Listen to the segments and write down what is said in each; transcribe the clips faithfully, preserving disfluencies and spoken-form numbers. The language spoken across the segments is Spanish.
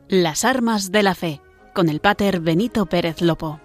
Las armas de la fe, con el páter Benito Pérez Lopo.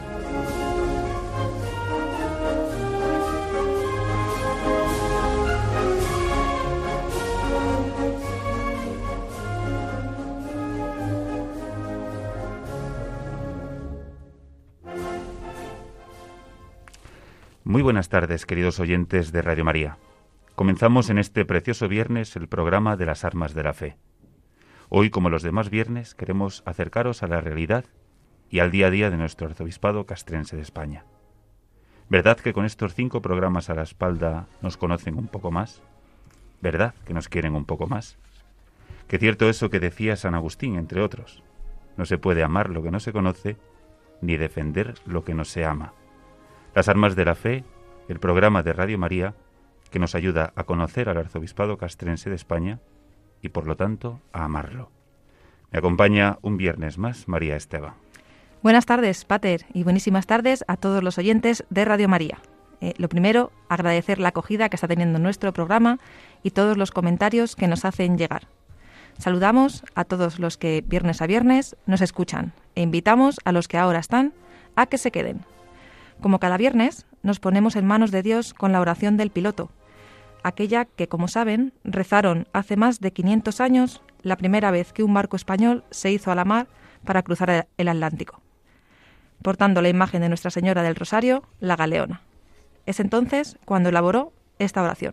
Muy buenas tardes, queridos oyentes de Radio María. Comenzamos en este precioso viernes el programa de las armas de la fe. Hoy, como los demás viernes, queremos acercaros a la realidad y al día a día de nuestro arzobispado castrense de España. ¿Verdad que con estos cinco programas a la espalda nos conocen un poco más? ¿Verdad que nos quieren un poco más? Que cierto eso que decía San Agustín, entre otros. No se puede amar lo que no se conoce, ni defender lo que no se ama. Las armas de la fe, el programa de Radio María, que nos ayuda a conocer al arzobispado castrense de España y, por lo tanto, a amarlo. Me acompaña un viernes más María Esteban. Buenas tardes, Pater, y buenísimas tardes a todos los oyentes de Radio María. Eh, lo primero, agradecer la acogida que está teniendo nuestro programa y todos los comentarios que nos hacen llegar. Saludamos a todos los que viernes a viernes nos escuchan e invitamos a los que ahora están a que se queden. Como cada viernes, nos ponemos en manos de Dios con la oración del piloto, aquella que, como saben, rezaron hace más de quinientos años, la primera vez que un barco español se hizo a la mar para cruzar el Atlántico, portando la imagen de Nuestra Señora del Rosario, la galeona. Es entonces cuando elaboró esta oración.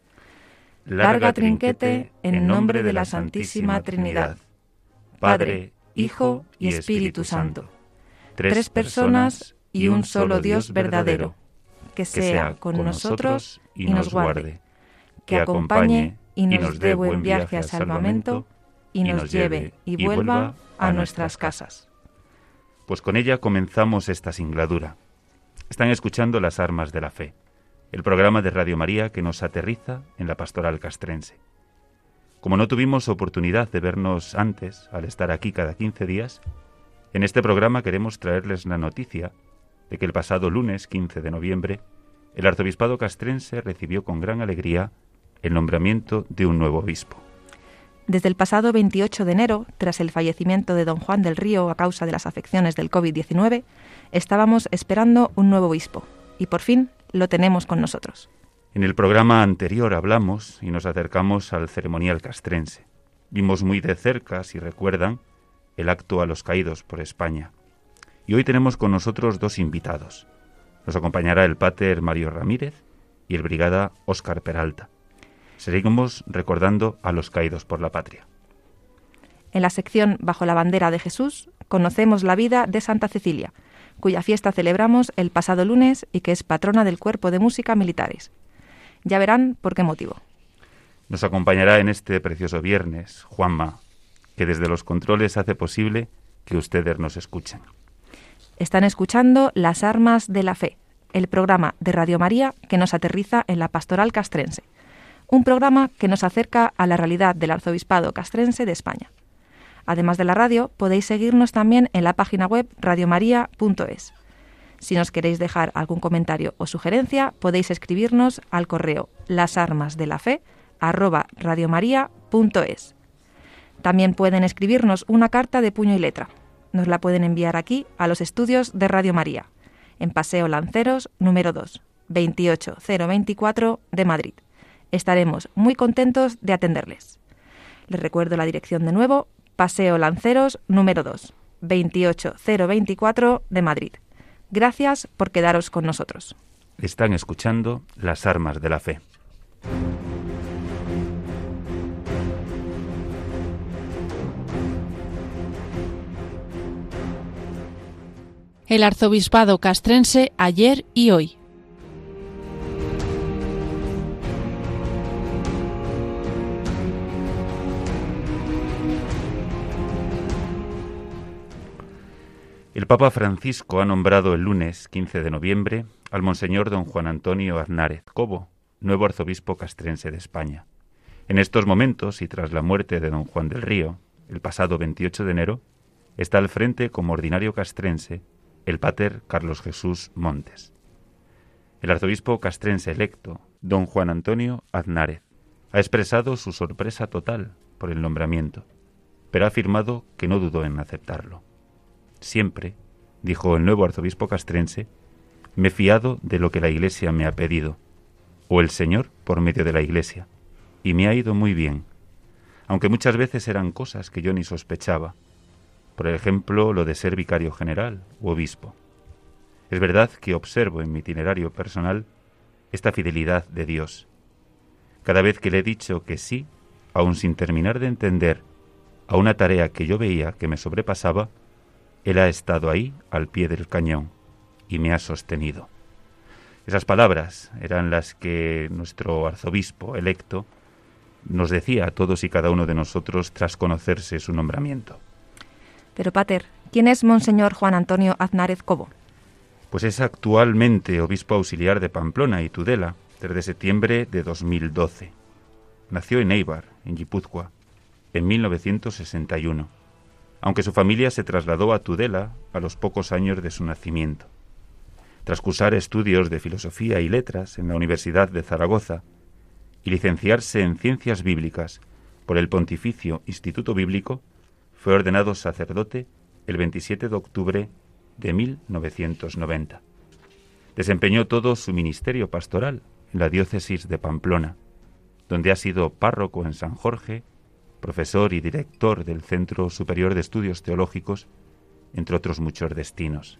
Larga trinquete en nombre de la Santísima Trinidad, Padre, Hijo y Espíritu Santo, tres personas y un solo Dios verdadero, que sea con nosotros y nos guarde, que acompañe y nos dé buen viaje a salvamento y nos lleve y vuelva a nuestras casas. Pues con ella comenzamos esta singladura. Están escuchando Las Armas de la Fe, el programa de Radio María que nos aterriza en la pastoral castrense. Como no tuvimos oportunidad de vernos antes, al estar aquí cada quince días, en este programa queremos traerles la noticia de que el pasado lunes quince de noviembre el arzobispado castrense recibió con gran alegría el nombramiento de un nuevo obispo. Desde el pasado veintiocho de enero, tras el fallecimiento de don Juan del Río a causa de las afecciones del covid diecinueve, estábamos esperando un nuevo obispo y por fin lo tenemos con nosotros. En el programa anterior hablamos y nos acercamos al ceremonial castrense. Vimos muy de cerca, si recuerdan, el acto a los caídos por España. Y hoy tenemos con nosotros dos invitados. Nos acompañará el páter Mario Ramírez y el brigada Óscar Peralta. Seguimos recordando a los caídos por la patria. En la sección Bajo la bandera de Jesús conocemos la vida de Santa Cecilia, cuya fiesta celebramos el pasado lunes y que es patrona del Cuerpo de Música Militares. Ya verán por qué motivo. Nos acompañará en este precioso viernes Juanma, que desde los controles hace posible que ustedes nos escuchen. Están escuchando Las Armas de la Fe, el programa de Radio María que nos aterriza en la pastoral castrense. Un programa que nos acerca a la realidad del arzobispado castrense de España. Además de la radio, podéis seguirnos también en la página web radio maría punto es. Si nos queréis dejar algún comentario o sugerencia, podéis escribirnos al correo lasarmasdelafe arroba radiomaria punto es. También pueden escribirnos una carta de puño y letra. Nos la pueden enviar aquí a los estudios de Radio María, en Paseo Lanceros, número dos, veintiocho mil veinticuatro de Madrid. Estaremos muy contentos de atenderles. Les recuerdo la dirección de nuevo, Paseo Lanceros, número dos, veintiocho mil veinticuatro de Madrid. Gracias por quedaros con nosotros. Están escuchando Las Armas de la Fe. El arzobispado castrense ayer y hoy. El Papa Francisco ha nombrado el lunes quince de noviembre al Monseñor don Juan Antonio Aznárez Cobo, nuevo arzobispo castrense de España. En estos momentos, y tras la muerte de don Juan del Río, el pasado veintiocho de enero, está al frente como ordinario castrense el páter Carlos Jesús Montes. El arzobispo castrense electo, don Juan Antonio Aznárez, ha expresado su sorpresa total por el nombramiento. pero ha afirmado que no dudó en aceptarlo. Siempre, dijo el nuevo arzobispo castrense, me he fiado de lo que la Iglesia me ha pedido, o el Señor por medio de la Iglesia, y me ha ido muy bien, aunque muchas veces eran cosas que yo ni sospechaba, por ejemplo lo de ser vicario general u obispo. Es verdad que observo en mi itinerario personal esta fidelidad de Dios. Cada vez que le he dicho que sí, aun sin terminar de entender, a una tarea que yo veía que me sobrepasaba, Él ha estado ahí al pie del cañón y me ha sostenido. Esas palabras eran las que nuestro arzobispo electo nos decía a todos y cada uno de nosotros tras conocerse su nombramiento. Pero, pater, ¿quién es Monseñor Juan Antonio Aznárez Cobo? Pues es actualmente obispo auxiliar de Pamplona y Tudela desde septiembre de dos mil doce. Nació en Eibar, en Guipúzcoa, en mil novecientos sesenta y uno, aunque su familia se trasladó a Tudela a los pocos años de su nacimiento. Tras cursar estudios de filosofía y letras en la Universidad de Zaragoza y licenciarse en ciencias bíblicas por el Pontificio Instituto Bíblico, fue ordenado sacerdote el veintisiete de octubre de mil novecientos noventa. Desempeñó todo su ministerio pastoral en la diócesis de Pamplona, donde ha sido párroco en San Jorge, profesor y director del Centro Superior de Estudios Teológicos, entre otros muchos destinos.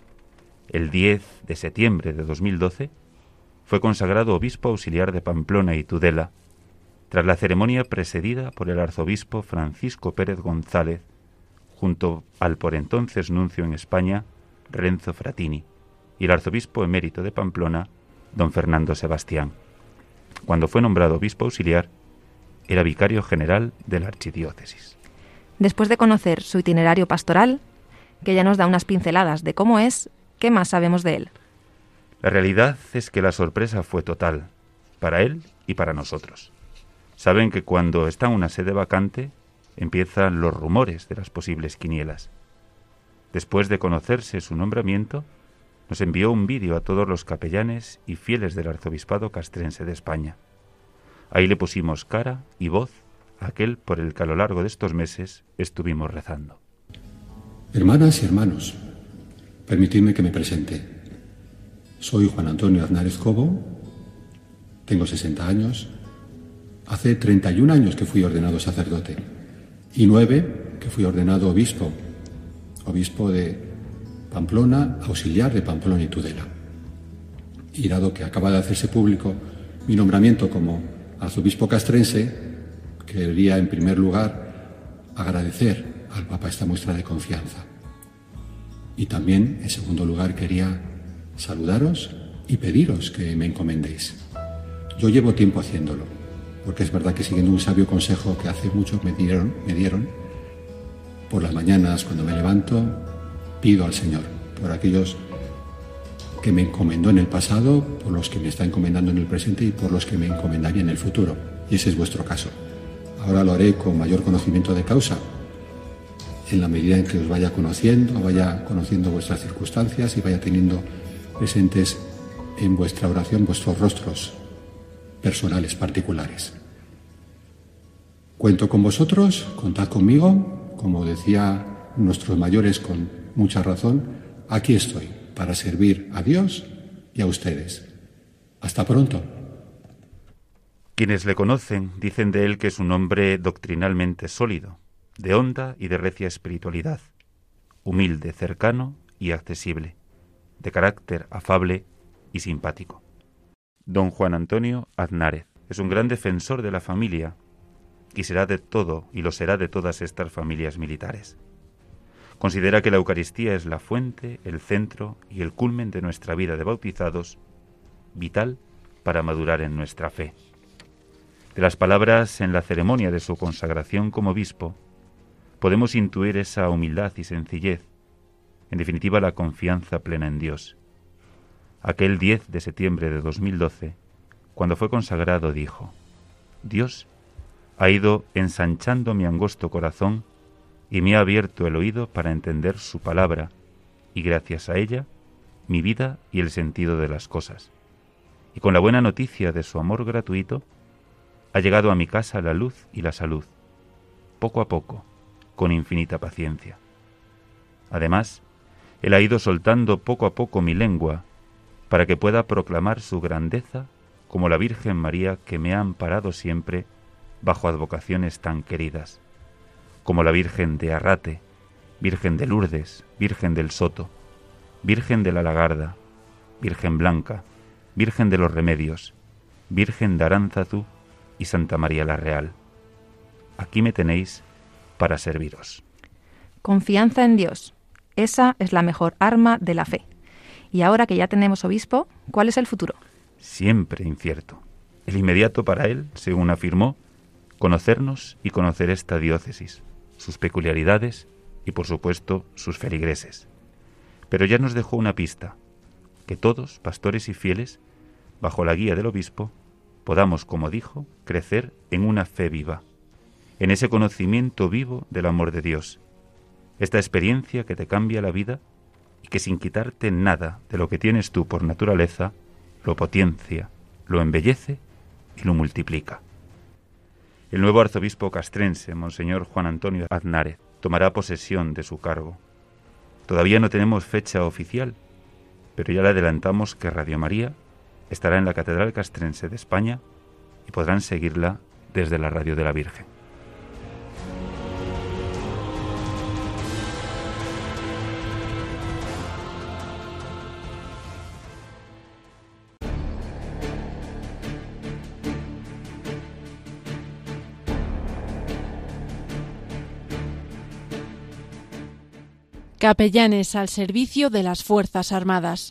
El diez de septiembre de dos mil doce fue consagrado obispo auxiliar de Pamplona y Tudela, tras la ceremonia presidida por el arzobispo Francisco Pérez González, junto al por entonces nuncio en España, Renzo Fratini, y el arzobispo emérito de Pamplona, don Fernando Sebastián. Cuando fue nombrado obispo auxiliar, era vicario general de la archidiócesis. Después de conocer su itinerario pastoral, que ya nos da unas pinceladas de cómo es, ¿qué más sabemos de él? La realidad es que la sorpresa fue total, para él y para nosotros. Saben que cuando está una sede vacante, empiezan los rumores de las posibles quinielas. Después de conocerse su nombramiento, nos envió un vídeo a todos los capellanes y fieles del arzobispado castrense de España. Ahí le pusimos cara y voz a aquel por el que a lo largo de estos meses estuvimos rezando. Hermanas y hermanos, permitidme que me presente. Soy Juan Antonio Aznárez Cobo, tengo sesenta años, hace treinta y un años que fui ordenado sacerdote y nueve que fui ordenado obispo, obispo de Pamplona, auxiliar de Pamplona y Tudela. Y dado que acaba de hacerse público mi nombramiento como arzobispo castrense, quería en primer lugar agradecer al Papa esta muestra de confianza. Y también, en segundo lugar, quería saludaros y pediros que me encomendéis. Yo llevo tiempo haciéndolo, porque es verdad que siguiendo un sabio consejo que hace mucho me dieron, me dieron, por las mañanas cuando me levanto, pido al Señor por aquellos que me encomendó en el pasado, por los que me está encomendando en el presente y por los que me encomendaría en el futuro. Y ese es vuestro caso. Ahora lo haré con mayor conocimiento de causa, en la medida en que os vaya conociendo, vaya conociendo vuestras circunstancias y vaya teniendo presentes en vuestra oración vuestros rostros personales, particulares. Cuento con vosotros, contad conmigo, como decía nuestros mayores con mucha razón, aquí estoy para servir a Dios y a ustedes. Hasta pronto. Quienes le conocen dicen de él que es un hombre doctrinalmente sólido, de honda y de recia espiritualidad, humilde, cercano y accesible, de carácter afable y simpático. Don Juan Antonio Aznárez es un gran defensor de la familia y será de todo y lo será de todas estas familias militares. Considera que la Eucaristía es la fuente, el centro y el culmen de nuestra vida de bautizados, vital para madurar en nuestra fe. De las palabras en la ceremonia de su consagración como obispo, podemos intuir esa humildad y sencillez, en definitiva la confianza plena en Dios. Aquel diez de septiembre de dos mil doce, cuando fue consagrado, dijo: Dios ha ido ensanchando mi angosto corazón y me ha abierto el oído para entender su palabra, y gracias a ella, mi vida y el sentido de las cosas. Y con la buena noticia de su amor gratuito, ha llegado a mi casa la luz y la salud. Poco a poco, con infinita paciencia. Además, Él ha ido soltando poco a poco mi lengua para que pueda proclamar su grandeza como la Virgen María que me ha amparado siempre bajo advocaciones tan queridas, como la Virgen de Arrate, Virgen de Lourdes, Virgen del Soto, Virgen de la Lagarda, Virgen Blanca, Virgen de los Remedios, Virgen de Aránzazu y Santa María la Real. Aquí me tenéis para serviros. Confianza en Dios. Esa es la mejor arma de la fe. Y ahora que ya tenemos obispo, ¿cuál es el futuro? Siempre incierto. El inmediato para él, según afirmó, conocernos y conocer esta diócesis, sus peculiaridades y, por supuesto, sus feligreses. Pero ya nos dejó una pista, que todos, pastores y fieles, bajo la guía del obispo, podamos, como dijo, crecer en una fe viva, en ese conocimiento vivo del amor de Dios, esta experiencia que te cambia la vida y que sin quitarte nada de lo que tienes tú por naturaleza, lo potencia, lo embellece y lo multiplica. El nuevo arzobispo castrense, Monseñor Juan Antonio Aznárez, tomará posesión de su cargo. Todavía no tenemos fecha oficial, pero ya le adelantamos que Radio María estará en la Catedral Castrense de España y podrán seguirla desde la Radio de la Virgen. Capellanes al servicio de las Fuerzas Armadas.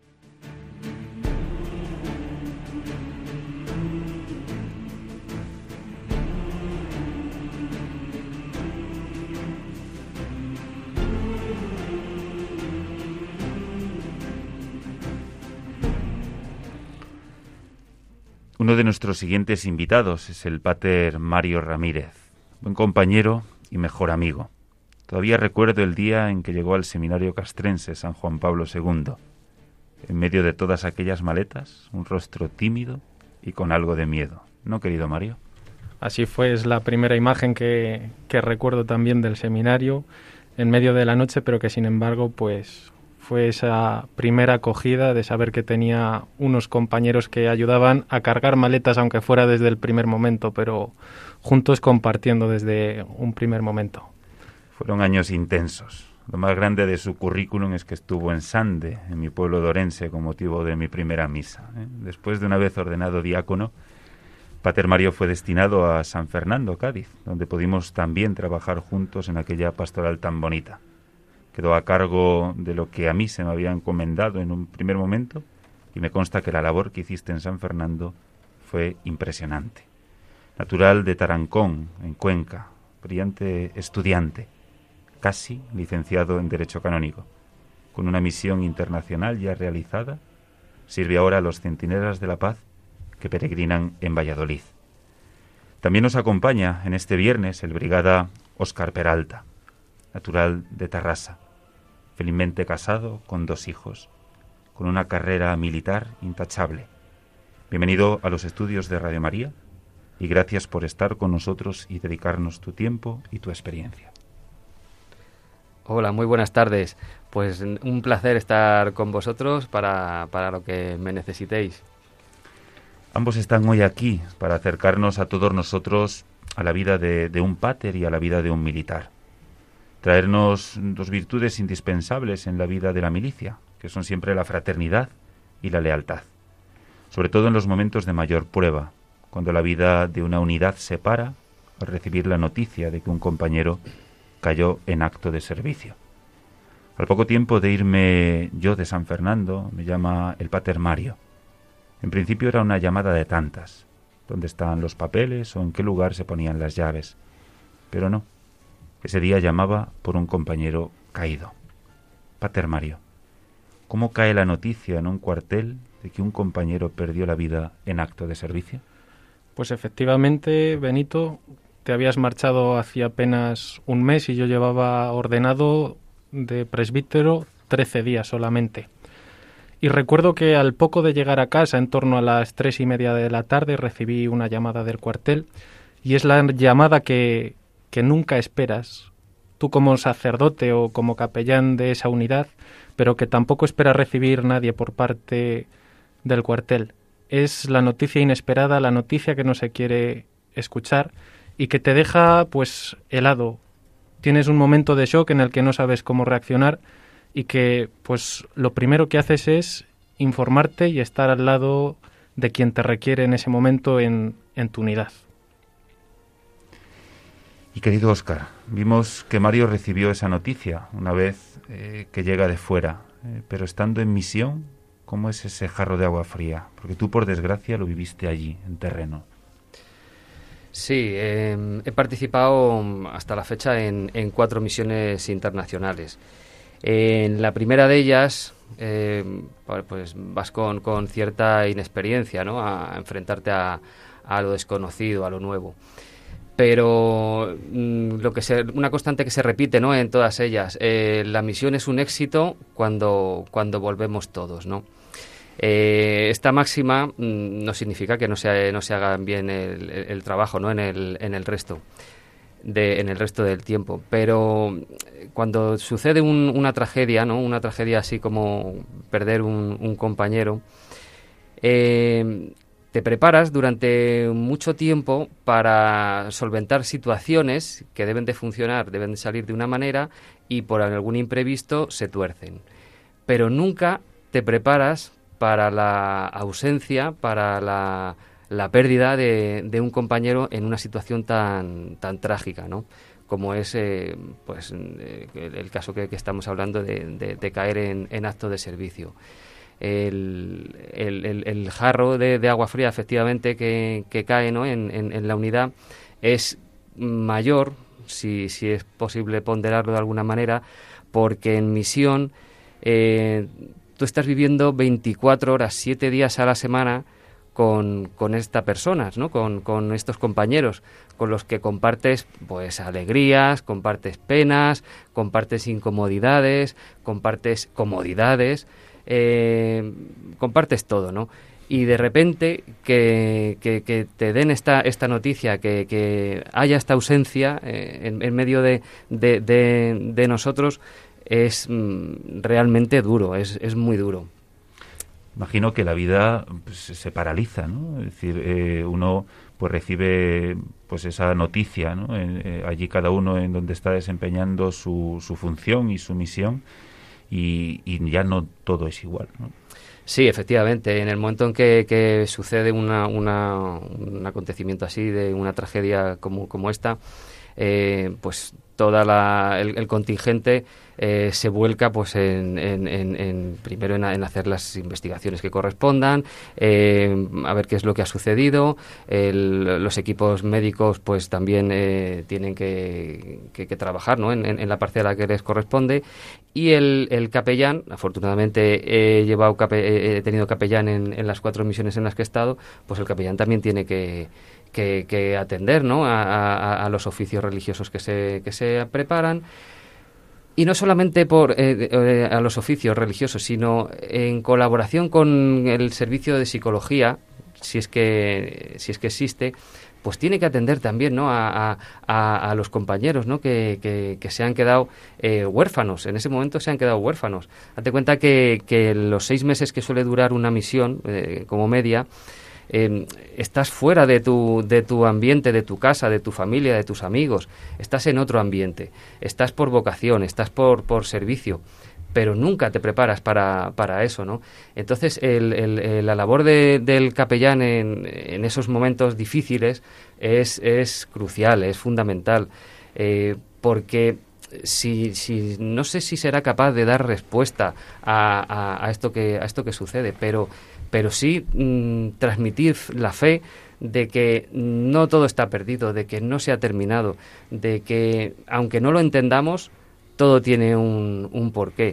Uno de nuestros siguientes invitados es el Pater Mario Ramírez, buen compañero y mejor amigo. Todavía recuerdo el día en que llegó al seminario castrense San Juan Pablo segundo. En medio de todas aquellas maletas, un rostro tímido y con algo de miedo. ¿No, querido Mario? Así fue, es la primera imagen que, que recuerdo también del seminario, en medio de la noche, pero que sin embargo, pues fue esa primera acogida de saber que tenía unos compañeros que ayudaban a cargar maletas, aunque fuera desde el primer momento, pero juntos compartiendo desde un primer momento. Fueron años intensos. Lo más grande de su currículum es que estuvo en Sande, en mi pueblo de Orense, con motivo de mi primera misa. ¿eh? Después de una vez ordenado diácono, Pater Mario fue destinado a San Fernando, Cádiz, donde pudimos también trabajar juntos en aquella pastoral tan bonita. Quedó a cargo de lo que a mí se me había encomendado en un primer momento y me consta que la labor que hiciste en San Fernando fue impresionante. Natural de Tarancón, en Cuenca, brillante estudiante, casi licenciado en Derecho Canónico. Con una misión internacional ya realizada, sirve ahora a los centinelas de la paz que peregrinan en Valladolid. También nos acompaña en este viernes el brigada Óscar Peralta, natural de Tarrasa, felizmente casado con dos hijos, con una carrera militar intachable. Bienvenido a los estudios de Radio María y gracias por estar con nosotros y dedicarnos tu tiempo y tu experiencia. Hola, muy buenas tardes. Pues un placer estar con vosotros para, para lo que me necesitéis. Ambos están hoy aquí para acercarnos a todos nosotros a la vida de, de un páter y a la vida de un militar. Traernos dos virtudes indispensables en la vida de la milicia, que son siempre la fraternidad y la lealtad. Sobre todo en los momentos de mayor prueba, cuando la vida de una unidad se para al recibir la noticia de que un compañero cayó en acto de servicio. Al poco tiempo de irme yo de San Fernando, me llama el Pater Mario. En principio era una llamada de tantas, dónde estaban los papeles o en qué lugar se ponían las llaves. Pero no, ese día llamaba por un compañero caído. Pater Mario, ¿cómo cae la noticia en un cuartel de que un compañero perdió la vida en acto de servicio? Pues efectivamente, Benito, te habías marchado hacía apenas un mes y yo llevaba ordenado de presbítero trece días solamente. Y recuerdo que al poco de llegar a casa, en torno a las tres y media de la tarde, recibí una llamada del cuartel y es la llamada que, que nunca esperas tú como sacerdote o como capellán de esa unidad, pero que tampoco espera recibir nadie por parte del cuartel. Es la noticia inesperada, la noticia que no se quiere escuchar y que te deja pues helado. Tienes un momento de shock en el que no sabes cómo reaccionar y que pues lo primero que haces es informarte y estar al lado de quien te requiere en ese momento en, en tu unidad. Y querido Óscar, vimos que Mario recibió esa noticia una vez eh, que llega de fuera, eh, pero estando en misión, ¿cómo es ese jarro de agua fría? Porque tú, por desgracia, lo viviste allí, en terreno. Sí, eh, he participado hasta la fecha en, en cuatro misiones internacionales. En la primera de ellas, eh, pues vas con, con cierta inexperiencia, ¿no? A enfrentarte a, a lo desconocido, a lo nuevo. Pero mmm, lo que se, una constante que se repite, ¿no? En todas ellas, eh, la misión es un éxito cuando, cuando volvemos todos, ¿no? Eh, esta máxima mmm, no significa que no se, no se hagan bien el, el, el trabajo, ¿no? En el, en el resto. De, en el resto del tiempo, pero cuando sucede un, una tragedia, ¿no? Una tragedia así como perder un, un compañero, eh, te preparas durante mucho tiempo para solventar situaciones que deben de funcionar, deben de salir de una manera y por algún imprevisto se tuercen, pero nunca te preparas para la ausencia, para la la pérdida de, de un compañero en una situación tan tan trágica, ¿no? Como es eh, pues eh, el, el caso que, que estamos hablando de, de, de caer en, en acto de servicio. El, el, el, el jarro de, de agua fría, efectivamente, que, que cae, ¿no? en, en, en la unidad es mayor, si, si es posible ponderarlo de alguna manera, porque en misión eh, tú estás viviendo veinticuatro horas, siete días a la semana con, con estas personas, ¿no? Con, con estos compañeros con los que compartes pues alegrías, compartes penas, compartes incomodidades, compartes comodidades, eh, compartes todo, ¿no? Y de repente que, que, que te den esta, esta noticia, que, que haya esta ausencia eh, en, en medio de, de, de, de nosotros, es mm, realmente duro, es, es muy duro. Imagino que la vida pues, se paraliza, ¿no? Es decir, eh, uno pues recibe pues esa noticia, ¿no? Eh, eh, allí cada uno en donde está desempeñando su, su función y su misión y, y ya no todo es igual, ¿no? Sí, efectivamente. En el momento en que, que sucede una, una, un acontecimiento así, de una tragedia como, como esta, eh, pues toda la, el, el contingente eh, se vuelca pues en, en, en, en primero en, en hacer las investigaciones que correspondan, eh, a ver qué es lo que ha sucedido. El, los equipos médicos pues también eh, tienen que, que, que trabajar, ¿no? en, en, en la parcela que les corresponde, y el, el capellán, afortunadamente he llevado cape, he tenido capellán en, en las cuatro misiones en las que he estado, pues el capellán también tiene que Que, que atender, ¿no? a, a, a los oficios religiosos que se, que se preparan, y no solamente por eh, eh, a los oficios religiosos, sino en colaboración con el servicio de psicología, si es que si es que existe, pues tiene que atender también, ¿no? a, a, a los compañeros, ¿no? que, que, que se han quedado eh, huérfanos, en ese momento se han quedado huérfanos. Date cuenta que, que los seis meses que suele durar una misión eh, como media, Eh, estás fuera de tu, de tu ambiente, de tu casa, de tu familia, de tus amigos, estás en otro ambiente, estás por vocación, estás por, por servicio, pero nunca te preparas para, para eso, ¿no? Entonces el, el, el, la labor de, del capellán en, en esos momentos difíciles es, es crucial, es fundamental, eh, porque si, si no sé si será capaz de dar respuesta a, a, a esto que a esto que sucede, pero pero sí mmm, transmitir la fe de que no todo está perdido, de que no se ha terminado, de que aunque no lo entendamos, todo tiene un, un porqué.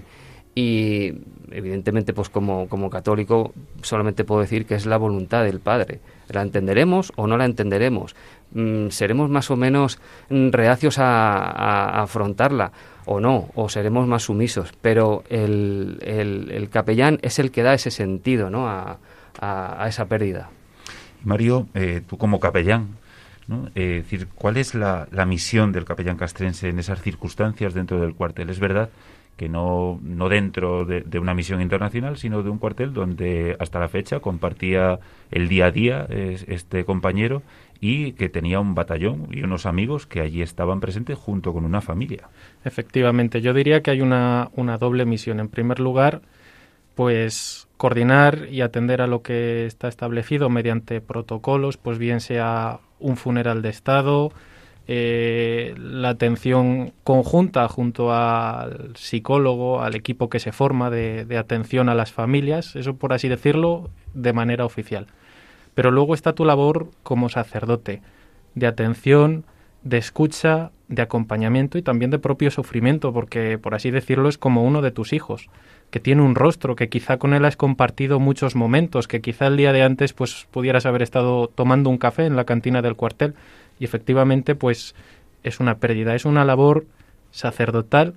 Y evidentemente, pues como, como católico, solamente puedo decir que es la voluntad del Padre. ¿La entenderemos o no la entenderemos? Mm, ¿Seremos más o menos reacios a, a, a afrontarla o no? ¿O seremos más sumisos? Pero el, el, el capellán es el que da ese sentido, ¿no? a, a, a esa pérdida. Mario, eh, tú como capellán, ¿no? Eh, es decir, ¿cuál es la, la misión del capellán castrense en esas circunstancias dentro del cuartel? Es verdad que no, no dentro de, de una misión internacional, sino de un cuartel donde hasta la fecha compartía el día a día eh, este compañero, y que tenía un batallón y unos amigos que allí estaban presentes junto con una familia. Efectivamente, yo diría que hay una, una doble misión. En primer lugar, pues coordinar y atender a lo que está establecido mediante protocolos, pues bien sea un funeral de Estado, eh, la atención conjunta junto al psicólogo, al equipo que se forma de, de atención a las familias, eso por así decirlo, de manera oficial. Pero luego está tu labor como sacerdote, de atención, de escucha, de acompañamiento y también de propio sufrimiento, porque por así decirlo es como uno de tus hijos, que tiene un rostro, que quizá con él has compartido muchos momentos, que quizá el día de antes pues pudieras haber estado tomando un café en la cantina del cuartel, y efectivamente pues es una pérdida, es una labor sacerdotal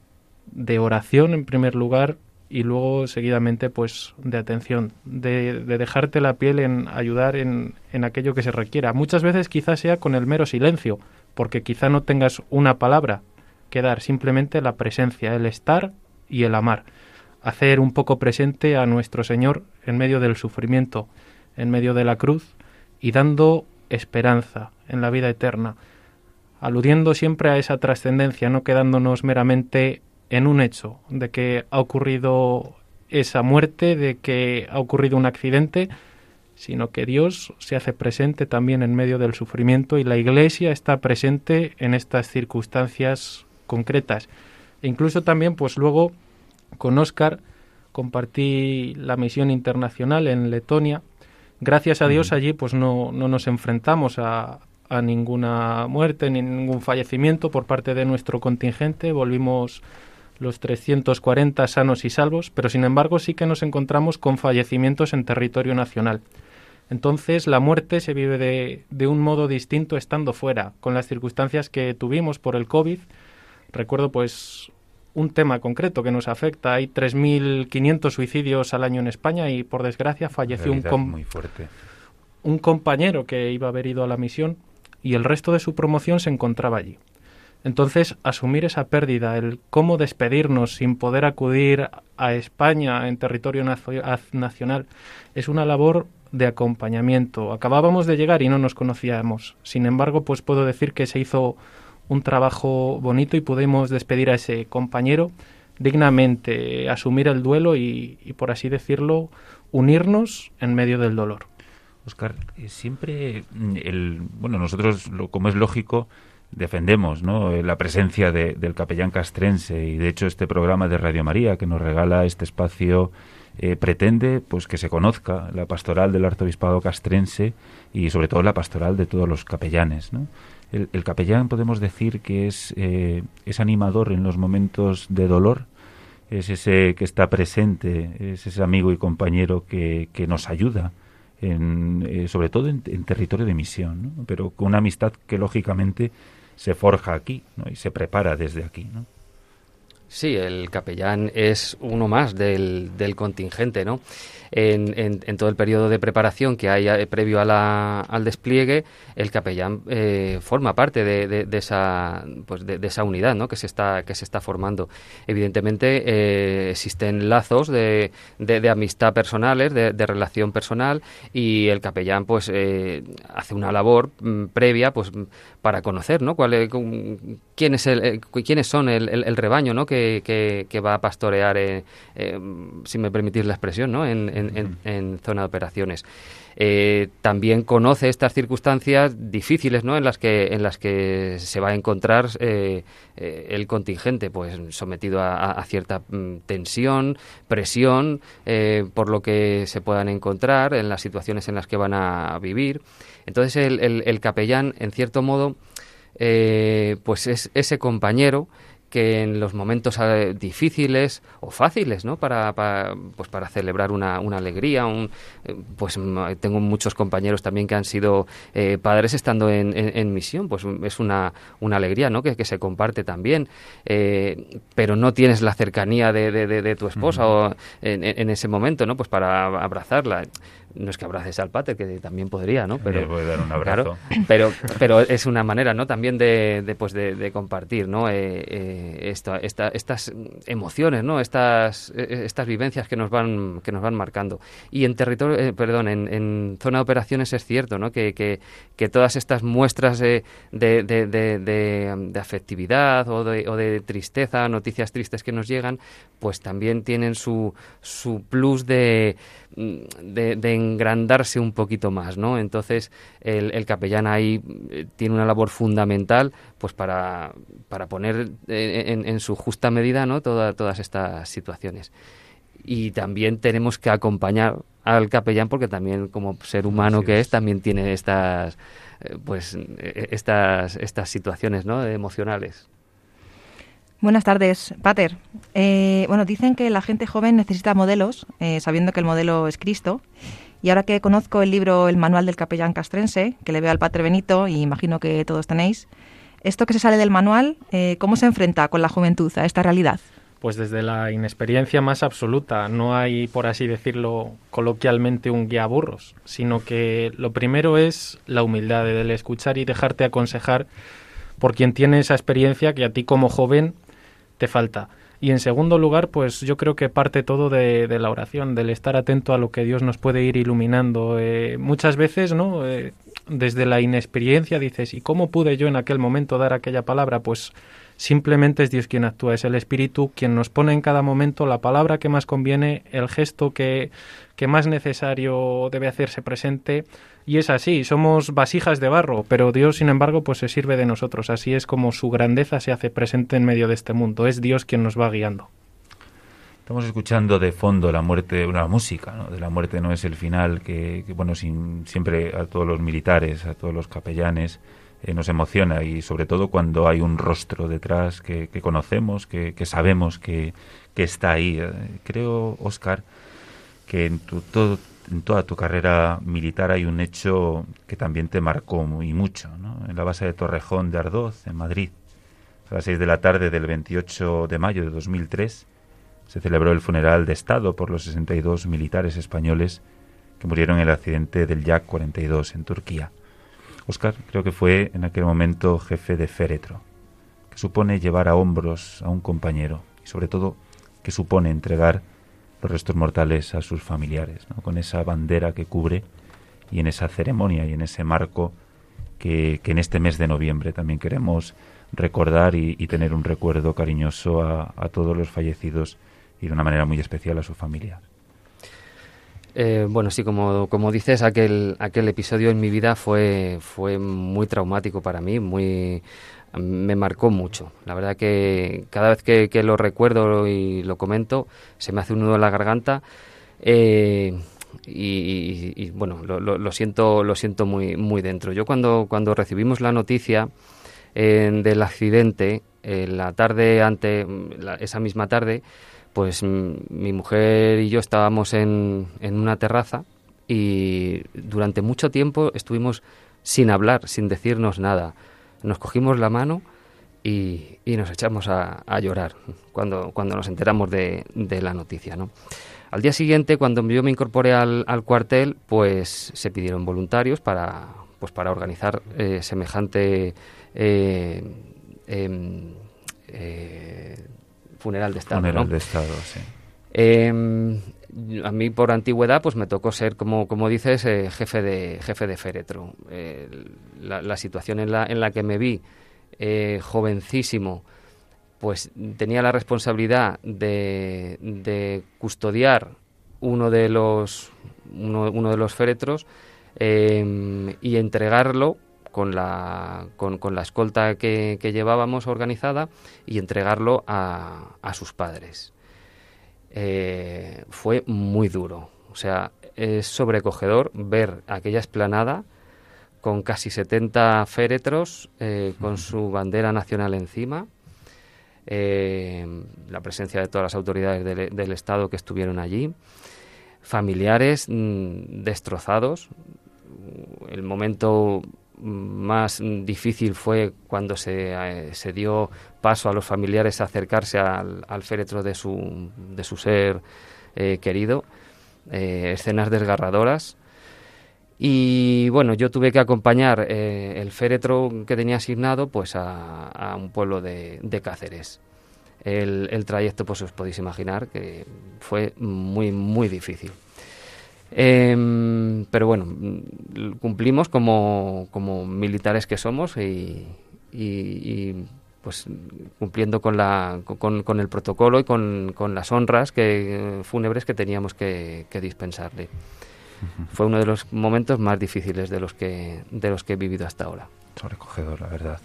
de oración en primer lugar y luego seguidamente pues de atención, de, de dejarte la piel en ayudar en, en aquello que se requiera. Muchas veces quizás sea con el mero silencio, porque quizá no tengas una palabra que dar, simplemente la presencia, el estar y el amar. Hacer un poco presente a nuestro Señor en medio del sufrimiento, en medio de la cruz y dando esperanza en la vida eterna, aludiendo siempre a esa trascendencia, no quedándonos meramente en un hecho de que ha ocurrido esa muerte, de que ha ocurrido un accidente, sino que Dios se hace presente también en medio del sufrimiento y la Iglesia está presente en estas circunstancias concretas. E incluso también, pues luego, con Óscar compartí la misión internacional en Letonia. Gracias a Dios allí pues no, no nos enfrentamos a, a ninguna muerte ni ningún fallecimiento por parte de nuestro contingente. Volvimos los trescientos cuarenta sanos y salvos, pero sin embargo sí que nos encontramos con fallecimientos en territorio nacional. Entonces la muerte se vive de, de un modo distinto estando fuera, con las circunstancias que tuvimos por el COVID. Recuerdo pues un tema concreto que nos afecta. Hay tres mil quinientos suicidios al año en España y por desgracia falleció un, com- muy fuerte. un compañero que iba a haber ido a la misión y el resto de su promoción se encontraba allí. Entonces, asumir esa pérdida, el cómo despedirnos sin poder acudir a España en territorio nacio- nacional, es una labor de acompañamiento. Acabábamos de llegar y no nos conocíamos. Sin embargo, pues puedo decir que se hizo un trabajo bonito y pudimos despedir a ese compañero dignamente, asumir el duelo y, y por así decirlo, unirnos en medio del dolor. Óscar, eh, siempre, el, bueno, nosotros, lo, como es lógico, defendemos, ¿no?, la presencia de, del capellán castrense, y de hecho este programa de Radio María que nos regala este espacio eh, pretende pues que se conozca la pastoral del arzobispado castrense y sobre todo la pastoral de todos los capellanes, ¿no? El, el capellán podemos decir que es, eh, es animador en los momentos de dolor, es ese que está presente, es ese amigo y compañero que, que nos ayuda, en, eh, sobre todo en, en territorio de misión, ¿no? Pero con una amistad que lógicamente se forja aquí, ¿no?, y se prepara desde aquí, ¿no? Sí, el capellán es uno más del, del contingente, ¿no? En, en, en todo el periodo de preparación que hay eh, previo a la, al despliegue, el capellán eh, forma parte de, de, de esa pues de, de esa unidad, ¿no?, que se está que se está formando. Evidentemente eh, existen lazos de, de, de amistad personales, de, de relación personal, y el capellán pues eh, hace una labor m, previa pues para conocer, ¿no?, cuál es, quién es el, eh, quiénes son el, el, el rebaño, ¿no?, que, que, que va a pastorear, eh, eh, si me permitís la expresión, ¿no?, en En, en, en zona de operaciones. Eh, también conoce estas circunstancias difíciles, ¿no?, en las que en las que se va a encontrar eh, eh, el contingente, pues sometido a, a cierta mm, tensión, presión, eh, por lo que se puedan encontrar en las situaciones en las que van a vivir. Entonces el, el, el capellán, en cierto modo, eh, pues es ese compañero que en los momentos eh, difíciles o fáciles, ¿no?, para, para pues para celebrar una, una alegría, un, eh, pues tengo muchos compañeros también que han sido eh, padres estando en, en, en misión, pues es una, una alegría, ¿no?, que, que se comparte también, eh, pero no tienes la cercanía de, de, de, de tu esposa, uh-huh, o en, en ese momento, ¿no?, pues para abrazarla. no es que abraces al pater, que también podría, ¿no? Pero le puede dar un abrazo. Claro, pero, pero es una manera, ¿no? También de, de, pues de, de compartir, ¿no? Eh, eh, esto, esta, estas emociones, ¿no? Estas, estas vivencias que nos van, que nos van marcando. Y en territorio, eh, perdón, en, en zona de operaciones es cierto, ¿no? Que, que, que todas estas muestras de, de, de, de, de, de afectividad o de, o de tristeza, noticias tristes que nos llegan, pues también tienen su, su plus de, de, de engrandarse un poquito más, ¿no? Entonces el, el capellán ahí tiene una labor fundamental, pues para, para poner en, en su justa medida, ¿no? Toda, todas estas situaciones. Y también tenemos que acompañar al capellán, porque también como ser humano que es, también tiene estas pues estas estas situaciones, ¿no? Emocionales. Buenas tardes, Pater. Eh, bueno, dicen que la gente joven necesita modelos, eh, sabiendo que el modelo es Cristo. Y ahora que conozco el libro El Manual del Capellán Castrense, que le veo al Pater Benito, y imagino que todos tenéis, esto que se sale del manual, eh, ¿cómo se enfrenta con la juventud a esta realidad? Pues desde la inexperiencia más absoluta. No hay, por así decirlo coloquialmente, un guía burros, sino que lo primero es la humildad del escuchar y dejarte aconsejar por quien tiene esa experiencia que a ti como joven te falta. Y en segundo lugar, pues yo creo que parte todo de, de la oración, del estar atento a lo que Dios nos puede ir iluminando. Eh, muchas veces, ¿no? Eh, desde la inexperiencia dices, ¿y cómo pude yo en aquel momento dar aquella palabra? Pues simplemente es Dios quien actúa, es el Espíritu quien nos pone en cada momento la palabra que más conviene, el gesto que, que más necesario debe hacerse presente. Y es así, somos vasijas de barro, pero Dios, sin embargo, pues se sirve de nosotros. Así es como su grandeza se hace presente en medio de este mundo. Es Dios quien nos va guiando. Estamos escuchando de fondo la muerte, una música, ¿no? De la muerte no es el final, que, que bueno, sin, siempre a todos los militares, a todos los capellanes, eh, nos emociona, y sobre todo cuando hay un rostro detrás que, que conocemos, que, que sabemos que, que está ahí. Eh, creo, Óscar, que en tu todo en toda tu carrera militar hay un hecho que también te marcó muy mucho, ¿no? En la base de Torrejón de Ardoz, en Madrid, a las seis de la tarde del veintiocho de mayo de dos mil tres, se celebró el funeral de Estado por los sesenta y dos militares españoles que murieron en el accidente del Yak cuarenta y dos en Turquía. Óscar creo que fue en aquel momento jefe de féretro, que supone llevar a hombros a un compañero y sobre todo que supone entregar los restos mortales a sus familiares, ¿no? Con esa bandera que cubre y en esa ceremonia y en ese marco que, que en este mes de noviembre también queremos recordar y, y tener un recuerdo cariñoso a, a todos los fallecidos y de una manera muy especial a sus familias. Eh, bueno, sí, como, como dices, aquel, aquel episodio en mi vida fue, fue muy traumático para mí, muy... me marcó mucho. La verdad que cada vez que, que lo recuerdo y lo comento, se me hace un nudo en la garganta, eh, y, y, y bueno, lo, lo, lo siento, lo siento muy, muy dentro. Yo cuando, cuando recibimos la noticia eh, del accidente, eh, la tarde ante, la, esa misma tarde, pues m- mi mujer y yo estábamos en, en una terraza y durante mucho tiempo estuvimos sin hablar, sin decirnos nada. Nos cogimos la mano y, y nos echamos a, a llorar cuando, cuando nos enteramos de, de la noticia, ¿no? Al día siguiente, cuando yo me incorporé al, al cuartel, pues se pidieron voluntarios para, pues para organizar eh, semejante eh, eh, eh, funeral de Estado. Funeral ¿no? de Estado, sí. Eh, a mí por antigüedad pues me tocó ser, como como dices, eh, jefe de jefe de féretro. Eh, la, la situación en la en la que me vi, eh, jovencísimo, pues tenía la responsabilidad de, de custodiar uno de los uno, uno de los féretros eh, y entregarlo con la con, con la escolta que, que llevábamos organizada y entregarlo a, a sus padres. Eh, fue muy duro, o sea, es sobrecogedor ver aquella explanada con casi setenta féretros, eh, con su bandera nacional encima, eh, la presencia de todas las autoridades del, del Estado que estuvieron allí, familiares mmm, destrozados. El momento más difícil fue cuando se, eh, se dio paso a los familiares a acercarse al, al féretro de su, de su ser eh, querido, eh, escenas desgarradoras. Y bueno, yo tuve que acompañar eh, el féretro que tenía asignado pues a, a un pueblo de, de Cáceres. El, el trayecto, pues os podéis imaginar que fue muy, muy difícil. Eh, pero bueno, cumplimos como, como militares que somos y, y, y pues cumpliendo con, la, con, con el protocolo y con, con las honras que, fúnebres que teníamos que, que dispensarle. Fue uno de los momentos más difíciles de los que de los que he vivido hasta ahora. Sobrecogedor, la verdad.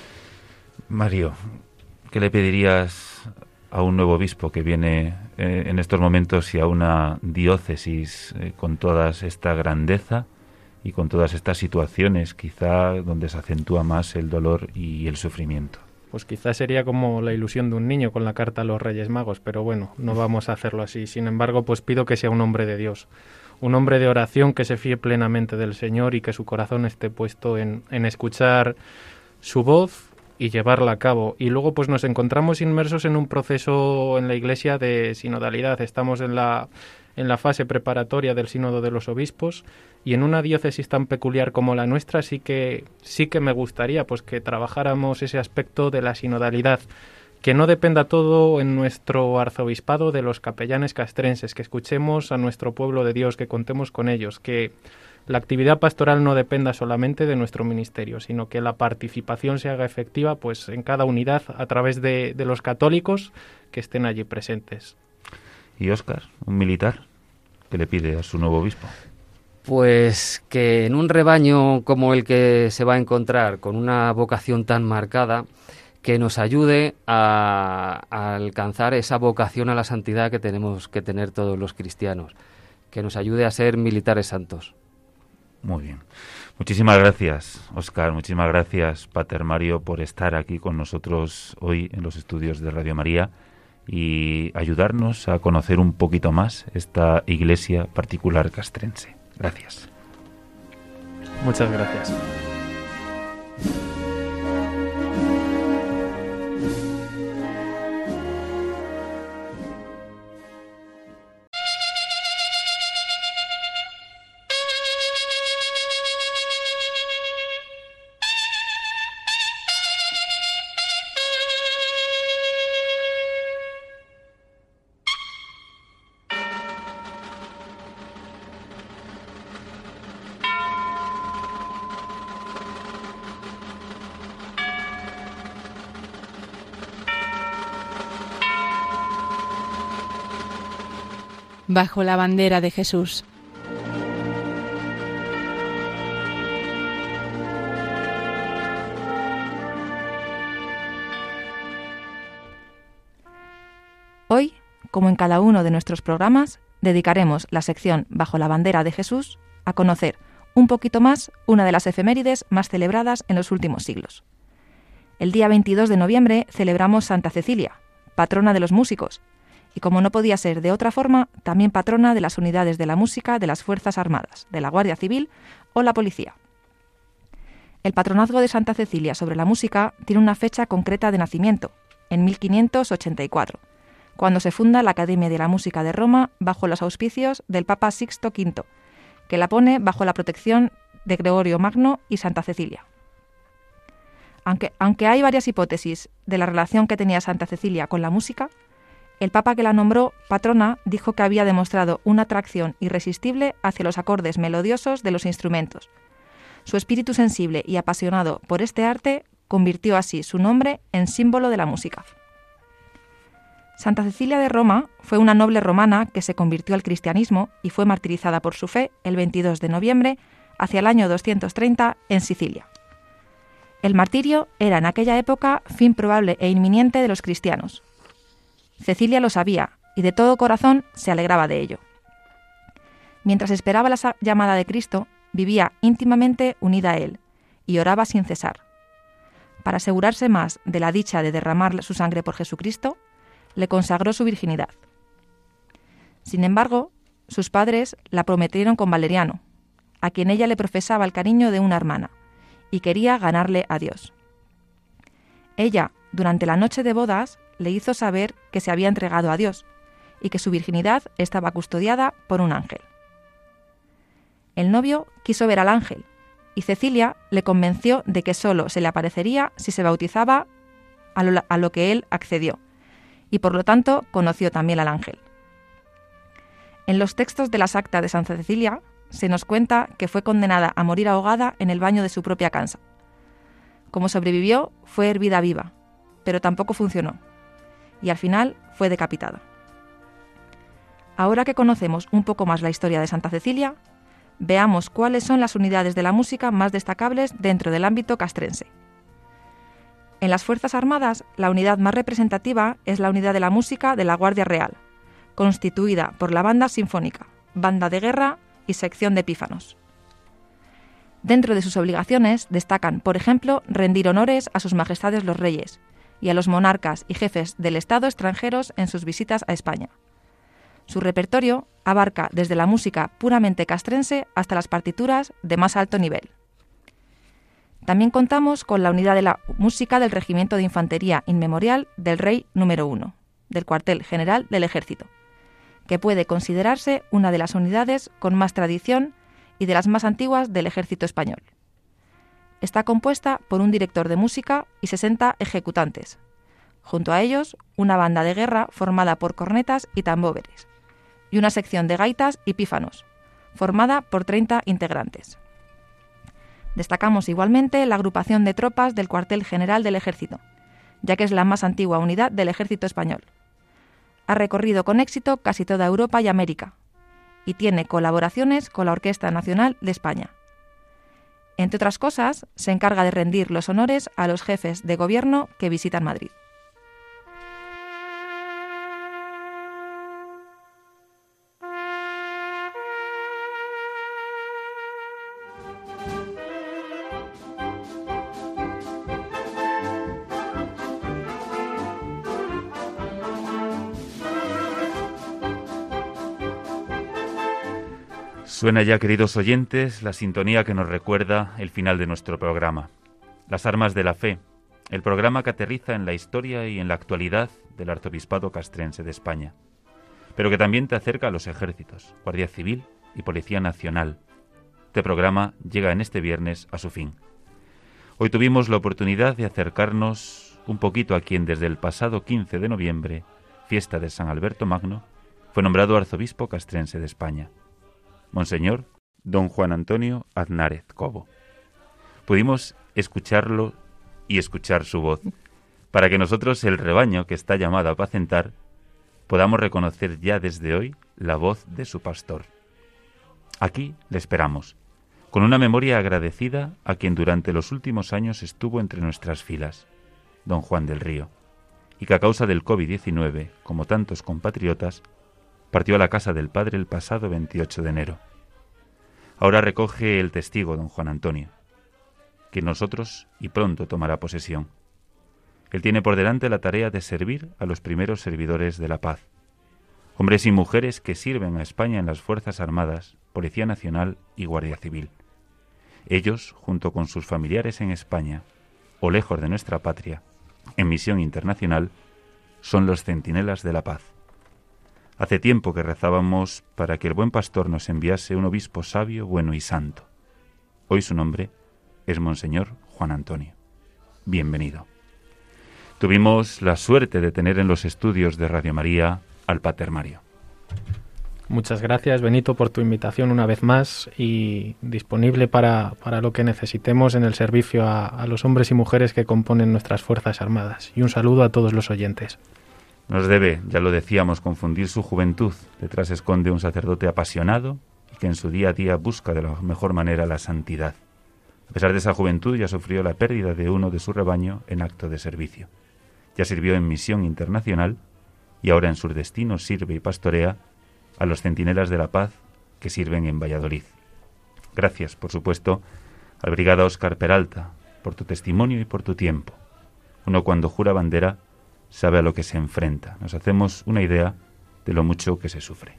Mario, ¿qué le pedirías a un nuevo obispo que viene eh, en estos momentos y a una diócesis eh, con toda esta grandeza y con todas estas situaciones, quizá donde se acentúa más el dolor y el sufrimiento? Pues quizás sería como la ilusión de un niño con la carta a los Reyes Magos, pero bueno, no vamos a hacerlo así. Sin embargo, pues pido que sea un hombre de Dios. Un hombre de oración que se fíe plenamente del Señor y que su corazón esté puesto en, en escuchar su voz y llevarla a cabo. Y luego pues nos encontramos inmersos en un proceso en la Iglesia de sinodalidad. Estamos en la, en la fase preparatoria del Sínodo de los Obispos y en una diócesis tan peculiar como la nuestra sí que, sí que me gustaría pues que trabajáramos ese aspecto de la sinodalidad, que no dependa todo en nuestro arzobispado de los capellanes castrenses, que escuchemos a nuestro pueblo de Dios, que contemos con ellos, que la actividad pastoral no dependa solamente de nuestro ministerio, sino que la participación se haga efectiva pues en cada unidad a través de, de los católicos que estén allí presentes. ¿Y Óscar, un militar, qué le pide a su nuevo obispo? Pues que en un rebaño como el que se va a encontrar, con una vocación tan marcada, que nos ayude a, a alcanzar esa vocación a la santidad que tenemos que tener todos los cristianos, que nos ayude a ser militares santos. Muy bien. Muchísimas gracias, Óscar, muchísimas gracias, Pater Mario, por estar aquí con nosotros hoy en los estudios de Radio María y ayudarnos a conocer un poquito más esta iglesia particular castrense. Gracias. Muchas gracias. Bajo la bandera de Jesús. Hoy, como en cada uno de nuestros programas, dedicaremos la sección Bajo la bandera de Jesús a conocer un poquito más una de las efemérides más celebradas en los últimos siglos. El día veintidós de noviembre celebramos Santa Cecilia, patrona de los músicos, y como no podía ser de otra forma, también patrona de las unidades de la música de las Fuerzas Armadas, de la Guardia Civil o la Policía. El patronazgo de Santa Cecilia sobre la música tiene una fecha concreta de nacimiento, en mil quinientos ochenta y cuatro, cuando se funda la Academia de la Música de Roma bajo los auspicios del Papa Sixto quinto, que la pone bajo la protección de Gregorio Magno y Santa Cecilia. Aunque, aunque hay varias hipótesis de la relación que tenía Santa Cecilia con la música, el Papa que la nombró patrona dijo que había demostrado una atracción irresistible hacia los acordes melodiosos de los instrumentos. Su espíritu sensible y apasionado por este arte convirtió así su nombre en símbolo de la música. Santa Cecilia de Roma fue una noble romana que se convirtió al cristianismo y fue martirizada por su fe el veintidós de noviembre hacia el año doscientos treinta en Sicilia. El martirio era en aquella época fin probable e inminente de los cristianos. Cecilia lo sabía y de todo corazón se alegraba de ello. Mientras esperaba la llamada de Cristo, vivía íntimamente unida a él y oraba sin cesar. Para asegurarse más de la dicha de derramar su sangre por Jesucristo, le consagró su virginidad. Sin embargo, sus padres la prometieron con Valeriano, a quien ella le profesaba el cariño de una hermana, y quería ganarle a Dios. Ella, durante la noche de bodas, le hizo saber que se había entregado a Dios y que su virginidad estaba custodiada por un ángel. El novio quiso ver al ángel y Cecilia le convenció de que solo se le aparecería si se bautizaba, a lo, a lo que él accedió, y por lo tanto conoció también al ángel. En los textos de las actas de Santa Cecilia se nos cuenta que fue condenada a morir ahogada en el baño de su propia casa. Como sobrevivió, fue hervida viva, pero tampoco funcionó, y al final fue decapitada. Ahora que conocemos un poco más la historia de Santa Cecilia, veamos cuáles son las unidades de la música más destacables dentro del ámbito castrense. En las Fuerzas Armadas, la unidad más representativa es la unidad de la música de la Guardia Real, constituida por la banda sinfónica, banda de guerra y sección de pífanos. Dentro de sus obligaciones destacan, por ejemplo, rendir honores a sus majestades los reyes y a los monarcas y jefes del Estado extranjeros en sus visitas a España. Su repertorio abarca desde la música puramente castrense hasta las partituras de más alto nivel. También contamos con la unidad de la música del Regimiento de Infantería Inmemorial del Rey número uno, del Cuartel General del Ejército, que puede considerarse una de las unidades con más tradición y de las más antiguas del Ejército Español. Está compuesta por un director de música y sesenta ejecutantes. Junto a ellos, una banda de guerra formada por cornetas y tambores, y una sección de gaitas y pífanos, formada por treinta integrantes. Destacamos igualmente la agrupación de tropas del Cuartel General del Ejército, ya que es la más antigua unidad del Ejército Español. Ha recorrido con éxito casi toda Europa y América, y tiene colaboraciones con la Orquesta Nacional de España. Entre otras cosas, se encarga de rendir los honores a los jefes de gobierno que visitan Madrid. Suena ya, queridos oyentes, la sintonía que nos recuerda el final de nuestro programa. Las armas de la fe, el programa que aterriza en la historia y en la actualidad del Arzobispado Castrense de España, pero que también te acerca a los ejércitos, Guardia Civil y Policía Nacional. Este programa llega en este viernes a su fin. Hoy tuvimos la oportunidad de acercarnos un poquito a quien desde el pasado quince de noviembre, fiesta de San Alberto Magno, fue nombrado arzobispo castrense de España. Monseñor don Juan Antonio Aznárez Cobo. Pudimos escucharlo y escuchar su voz, para que nosotros, el rebaño que está llamado a apacentar, podamos reconocer ya desde hoy la voz de su pastor. Aquí le esperamos, con una memoria agradecida a quien durante los últimos años estuvo entre nuestras filas, don Juan del Río, y que a causa del covid diecinueve, como tantos compatriotas, partió a la casa del Padre el pasado veintiocho de enero. Ahora recoge el testigo don Juan Antonio, que nosotros y pronto tomará posesión. Él tiene por delante la tarea de servir a los primeros servidores de la paz, hombres y mujeres que sirven a España en las Fuerzas Armadas, Policía Nacional y Guardia Civil. Ellos, junto con sus familiares en España, o lejos de nuestra patria, en misión internacional, son los centinelas de la paz. Hace tiempo que rezábamos para que el buen pastor nos enviase un obispo sabio, bueno y santo. Hoy su nombre es Monseñor Juan Antonio. Bienvenido. Tuvimos la suerte de tener en los estudios de Radio María al Pater Mario. Muchas gracias, Benito, por tu invitación una vez más y disponible para, para lo que necesitemos en el servicio a, a los hombres y mujeres que componen nuestras Fuerzas Armadas. Y un saludo a todos los oyentes. Nos debe, ya lo decíamos, confundir su juventud. Detrás se esconde un sacerdote apasionado y que en su día a día busca de la mejor manera la santidad. A pesar de esa juventud, ya sufrió la pérdida de uno de su rebaño en acto de servicio. Ya sirvió en misión internacional y ahora en sus destinos sirve y pastorea a los centinelas de la paz que sirven en Valladolid. Gracias, por supuesto, al brigada Óscar Peralta, por tu testimonio y por tu tiempo. Uno cuando jura bandera sabe a lo que se enfrenta. Nos hacemos una idea de lo mucho que se sufre.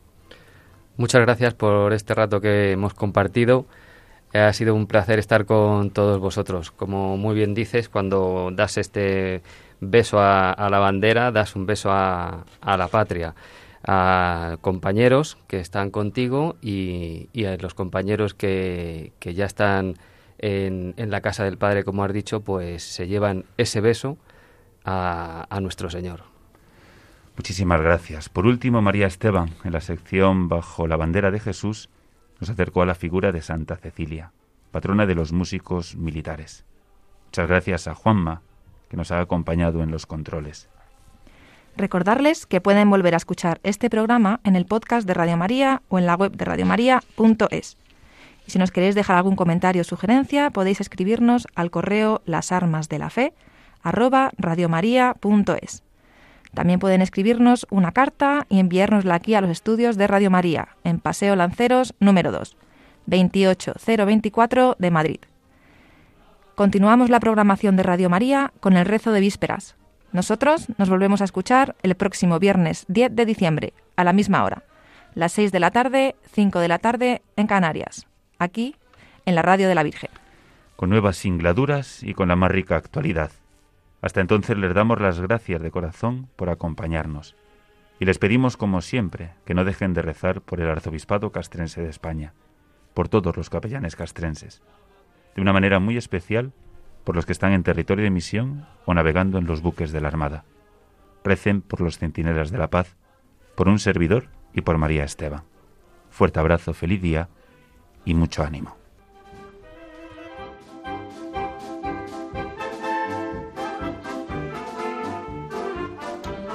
Muchas gracias por este rato que hemos compartido. Ha sido un placer estar con todos vosotros. Como muy bien dices, cuando das este beso a, a la bandera, das un beso a, a la patria. a compañeros que están contigo y, y a los compañeros que, que ya están en, en la casa del Padre, como has dicho, pues se llevan ese beso a, a nuestro Señor. Muchísimas gracias. Por último, María Esteban, en la sección Bajo la bandera de Jesús, nos acercó a la figura de Santa Cecilia, patrona de los músicos militares. Muchas gracias a Juanma, que nos ha acompañado en los controles. Recordarles que pueden volver a escuchar este programa en el podcast de Radio María o en la web de radio maría punto es. Y si nos queréis dejar algún comentario o sugerencia, podéis escribirnos al correo lasarmasdelafe arroba radiomaria punto es. También pueden escribirnos una carta y enviárnosla aquí a los estudios de Radio María, en Paseo Lanceros número dos, veintiocho cero veinticuatro de Madrid. Continuamos la programación de Radio María con el rezo de vísperas. Nosotros nos volvemos a escuchar el próximo viernes diez de diciembre, a la misma hora, las seis de la tarde, cinco de la tarde en Canarias, aquí en la Radio de la Virgen. Con nuevas singladuras y con la más rica actualidad. Hasta entonces les damos las gracias de corazón por acompañarnos y les pedimos, como siempre, que no dejen de rezar por el Arzobispado Castrense de España, por todos los capellanes castrenses, de una manera muy especial por los que están en territorio de misión o navegando en los buques de la Armada. Recen por los centinelas de la paz, por un servidor y por María Esteban. Fuerte abrazo, feliz día y mucho ánimo.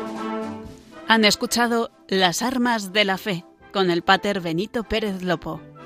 Han escuchado Las Armas de la Fe con el Pater Benito Pérez Lopo.